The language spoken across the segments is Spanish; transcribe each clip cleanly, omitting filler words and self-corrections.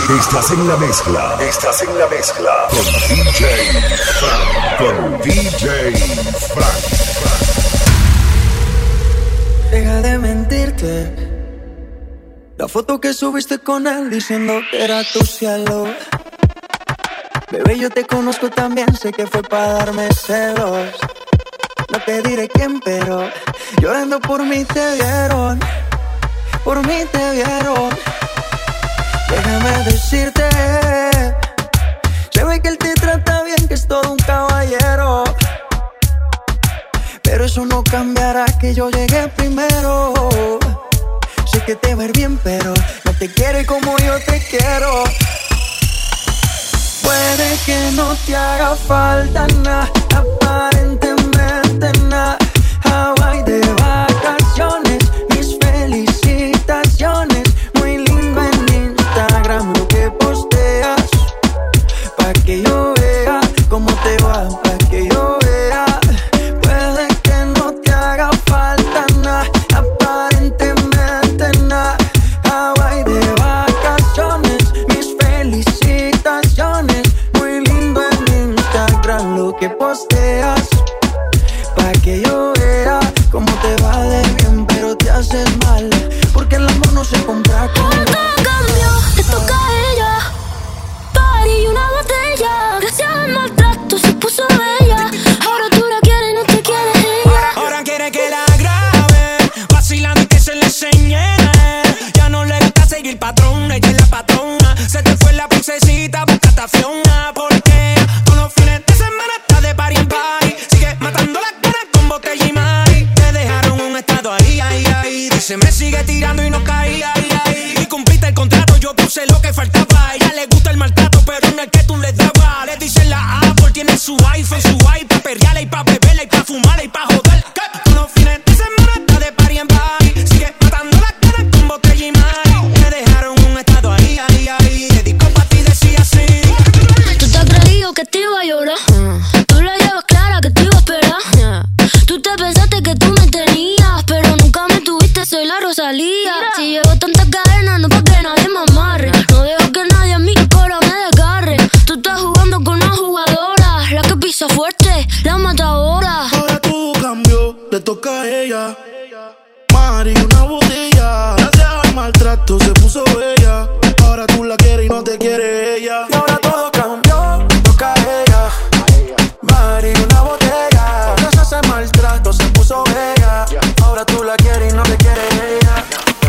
Estás en la mezcla. Estás en la mezcla con DJ Frank. Con DJ Frank. Deja de mentirte. La foto que subiste con él diciendo que era tu cielo. Bebé, yo te conozco también, sé que fue para darme celos. No te diré quién, pero llorando por mí te vieron. Por mí te vieron. Déjame decirte, se ve que él te trata bien, que es todo un caballero. Pero eso no cambiará que yo llegué primero. Sé que te va a ir bien, pero no te quiere como yo te quiero. Puede que no te haga falta nada, aparentemente nada. Hawaii de vacaciones, mis felicitaciones. Muy lindo en Instagram lo que posteas, pa' que yo vea cómo te va, pa' que yo vea. Puede que no te haga falta nada, aparentemente nada. Hawaii de vacaciones, mis felicitaciones. Muy lindo en Instagram lo que posteas, pa' que yo vea cómo te va de bien, pero te haces mal, porque el amor no se compra con todo cambió, te toca a ella. Party y una botella, gracias al maltrato se puso bella. Ahora tú la quieres y no te quiere ella. Ahora quiere que la grabe, vacilando y que se le enseñe. Ya no le gusta seguir patrón, ella es la patrona. Se te fue la princesita, buscaste a Fiona. Porque todos los fines de semana está de party en party. Sigue matando las ganas con botella y mari. Te dejaron un estado ahí, ahí, ahí. Dice me sigue tirando y no caí, ahí, ahí. Y cumpliste el contrato, yo puse lo que faltaba. A ella le gusta el maltrato, pero en el que tú le dabas. Le dicen la Apple, tiene su iPhone, su iPad, perrearla y pa' beberla y pa' fumarla y pa' joder. Todos los fines de semana está de party en party. Sigue matando las ganas con botella y mari. Te dejaron un estado ahí, ahí, ahí. Dedicó pa' ti, decía así. Tú te has creído que te iba a llorar. Tú la llevas clara que te iba a esperar. Tú te pensaste que tú me tenías, pero nunca me tuviste, soy la Rosalía. Si llevo tantas cadenas, no pa' que nadie me amarre. No dejo que nadie a mi cola me desgarre. Tú estás jugando con una jugadora, la que pisa fuerte, la matadora. Ahora todo cambió, le toca a ella. Mari, una botella, gracias al maltrato se puso bella. Ahora tú la quieres y no te quiere ella. Y ahora todo cambió, le toca a ella. Mari, una botella, gracias al maltrato se puso bella. Ahora tú la quieres y no te quiere ella.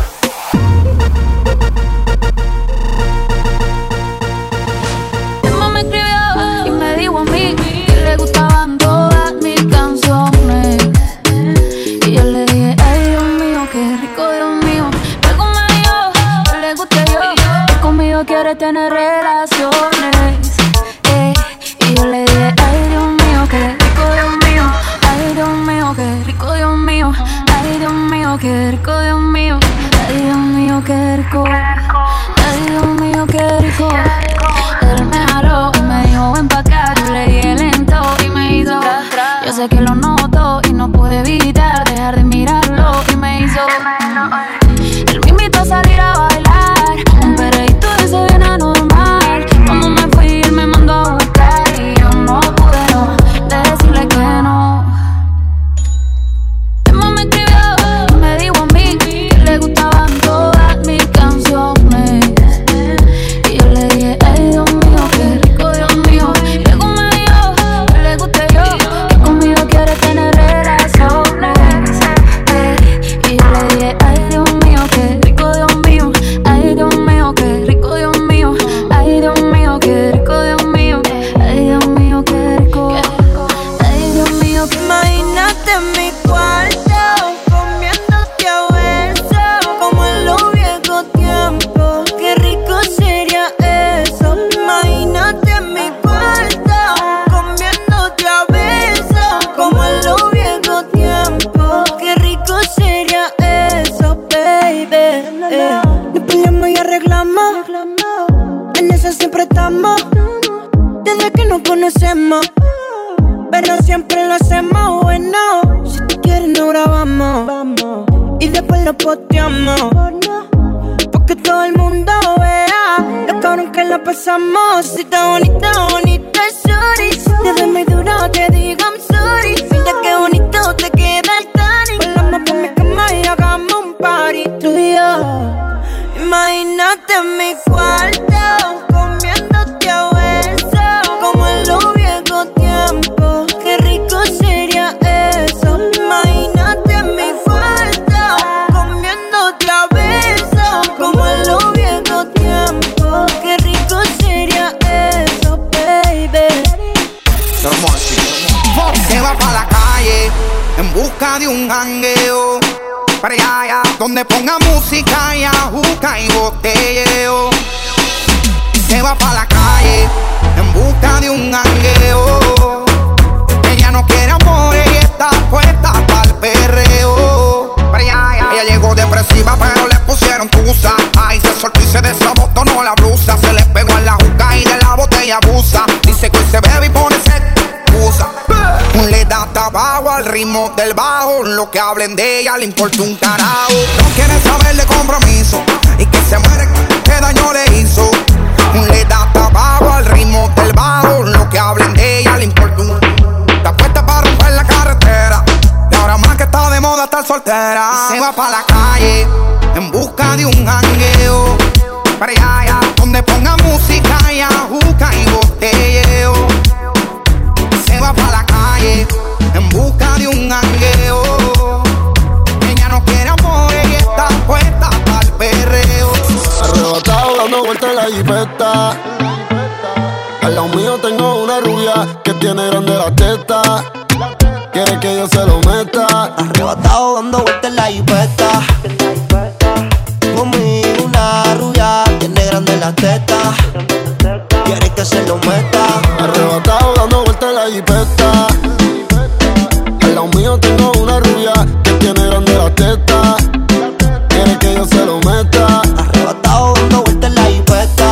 Me escribió y me dijo a mí que le gustaban todas mis canciones. Y yo le dije, ay Dios mío, qué rico Dios mío. Luego me dijo que le guste yo, que conmigo quiere tener relaciones. Y yo le dije, ay Dios mío, qué rico Dios mío. Ay Dios mío, qué rico Dios mío. Ay Dios mío, qué rico Dios mío. Ay Dios mío, qué rico. Ay Dios mío, qué rico. Él me jaló y me dijo ven pa' acá. Yo le dije lento y me hizo. Yo sé que lo noto y no pude evitar dejar de mirarlo y me hizo. Él me invitó a salir a bailar, un perreíto de ese bien anormal. Cuando me fui él me mandó a buscar y yo no pude no decirle que no. Emma me escribió y me dijo a mí que le gustaban todas mis canciones. Y yo le dije, ay Dios mío, qué rico Dios mío. Luego me dijo que le guste yo, que conmigo quiere tener relaciones. Y yo le dije, ay Dios mío, qué rico Dios mío. Ay Dios mío, qué rico Dios mío. Ay Dios mío, qué rico Dios mío. Ay Dios mío, qué rico. Ay Dios mío, qué. Imagínate en mi cuarto, comiéndote a besos, como en los viejos tiempos. Qué rico sería eso. Imagínate en mi cuarto, comiéndote a besos, como en los viejos tiempos. Qué rico sería eso, baby. Nos peleamos y arreglamos, en eso siempre estamos, desde que nos conocemos. Pero siempre lo hacemos bueno. Si tú quieres nos grabamos y después lo posteamos, porque todo el mundo vea lo cabrón la pasamos. Si está bonita, bonita, sorry. Si te doy muy duro, te digo I'm sorry. Mira qué bonito te queda el tanning. Volamos por mi cama y hagamos un party tú y yo. Imagínate en mi cuarto, comiéndote a besos, como en los viejos tiempos. Qué rico sería eso. Imagínate en mi cuarto, comiéndote a besos, como en los viejos tiempos. Qué rico sería eso, baby. Se va pa' la calle en busca de un jangueo, para allá, donde ponga música y ajuca y botelleo. Se va pa' la calle en busca de un jangueo. Ella no quiere amor y está puesta pa'l perreo. Para allá, ella llegó depresiva pero le pusieron tusa. Ay, se soltó y se desabotonó la blusa. Se le pegó en la juca y de la botella abusa. Dice que hoy se bebe y pone excusa. Le da tabaco al ritmo del bajo. Lo que hablen de ella le importa un carajo. No quiere saber de compromiso y que se muere qué daño le hizo. Le da tabaco al ritmo del bajo. Lo que hablen de ella le importa un. Está puesta para romper la carretera y ahora más que está de moda estar soltera. Se va pa' la calle en busca de un jangueo, para allá, donde ponga música y ajuca y botelleo. Se va pa' la calle en busca de un jangueo. Ella no quiere amor y está puesta pa'l perreo. Arrebatado dando vueltas en la jipeta. Al lado mío tengo una rubia que tiene grande la teta. Quiere que yo se lo meta. Arrebatado dando vueltas en la jipeta. Conmigo una rubia tiene grande la teta. Quiere que se lo meta. Arrebatado dando vueltas en la jipeta. Al lado mío tengo una rubia que tiene grande la teta. Quiere que yo se lo meta. Arrebatado dando vueltas en la jipeta.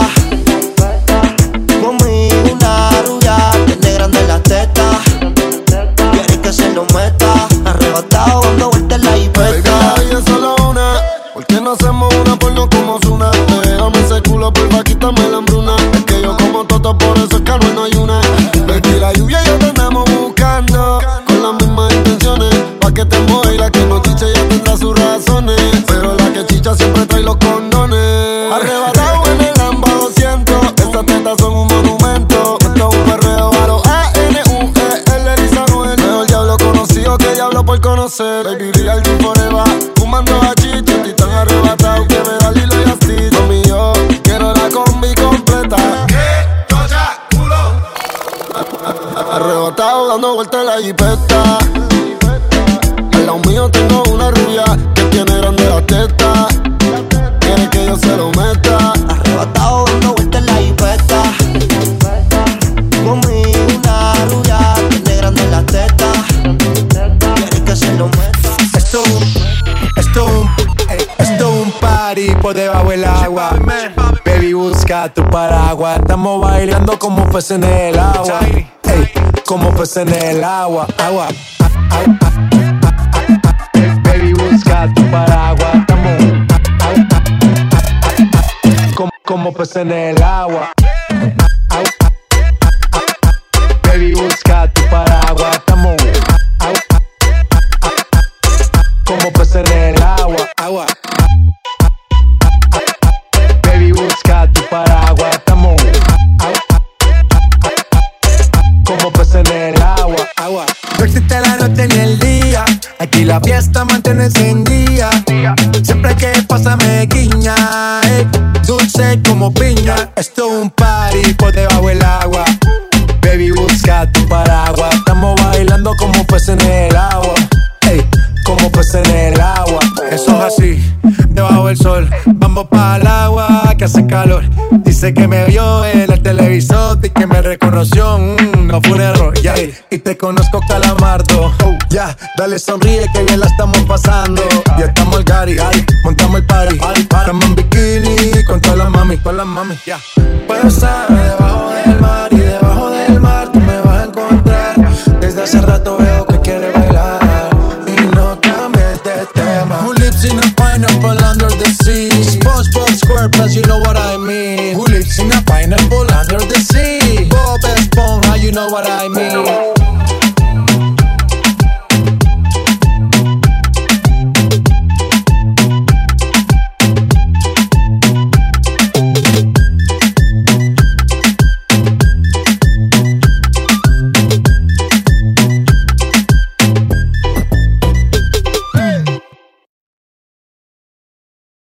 Conmigo una rubia tiene grande la teta. Quiere que se lo meta. Arrebatado dando vueltas en la jipeta. Baby, la vida es solo una. ¿Por qué no hacemos una porno como Zuna? Déjame ese culo, porfa, quítame la hambruna. Es que yo como toto, por eso es que no hay una. Baby, la lluvia y yo te andamos buscando, con las mismas intenciones, pa' que te mueva y la que no chicha ya tendrá sus razones. Pero la que chicha siempre trae los condones. Arrebatado en el Lamba 200, esas tetas son un monumento. Esto es un perreo a los A-N-U-E-L, Elisa Noel. Mejor diablo conocido que diablo por conocer. Baby, real you forever, fumando bachicha, estoy tan arrebatado que me da Lilo y Astis. Mami, yo quiero la combi completa. Arrebatado dando vueltas en la jipeta. Al lado mío tengo una rubia que tiene grande la teta. Quiere que yo se lo meta. Arrebatado dando vueltas en la jipeta. Conmigo una rubia tiene grande la teta. Quiere que se lo meta. Esto es un party por debajo del agua. Baby, busca tu paraguas. Estamos bailando como peces en el agua. Ey, como peces en el agua. Agua. Baby, busca tu paraguas. Estamos como peces en el agua. Baby, busca tu paraguas. Estamos como peces en el agua. Agua. Baby, busca tu paraguas. Estamos como peces en el agua. Agua. No existe la noche ni el día. Aquí la fiesta mantiene encendida. Siempre que pasa me guiña. Dulce como piña. Esto es un party por debajo del agua. Baby, busca tu paraguas. Estamos bailando como peces en el agua. Ey, como peces en el agua. Eso es así, debajo del sol. Vamos para el agua que hace calor. Dice que me vio en el televisor y que me reconoció. No fue un error, ya. Yeah. Y te conozco, Calamardo. Ya, dale sonríe que bien la estamos pasando. Ya estamos al Gary, montamos el party. Estamos en bikini con todas las mami, ya. Puedo estar debajo del mar y debajo del mar tú me vas a encontrar. Desde hace rato veo que quieres bailar y no cambies de tema. Who lives in a pineapple under the sea? SpongeBob SquarePants purpose, you know what I mean. Who lives in a pineapple under the sea? Bob Esponja, you know what I mean.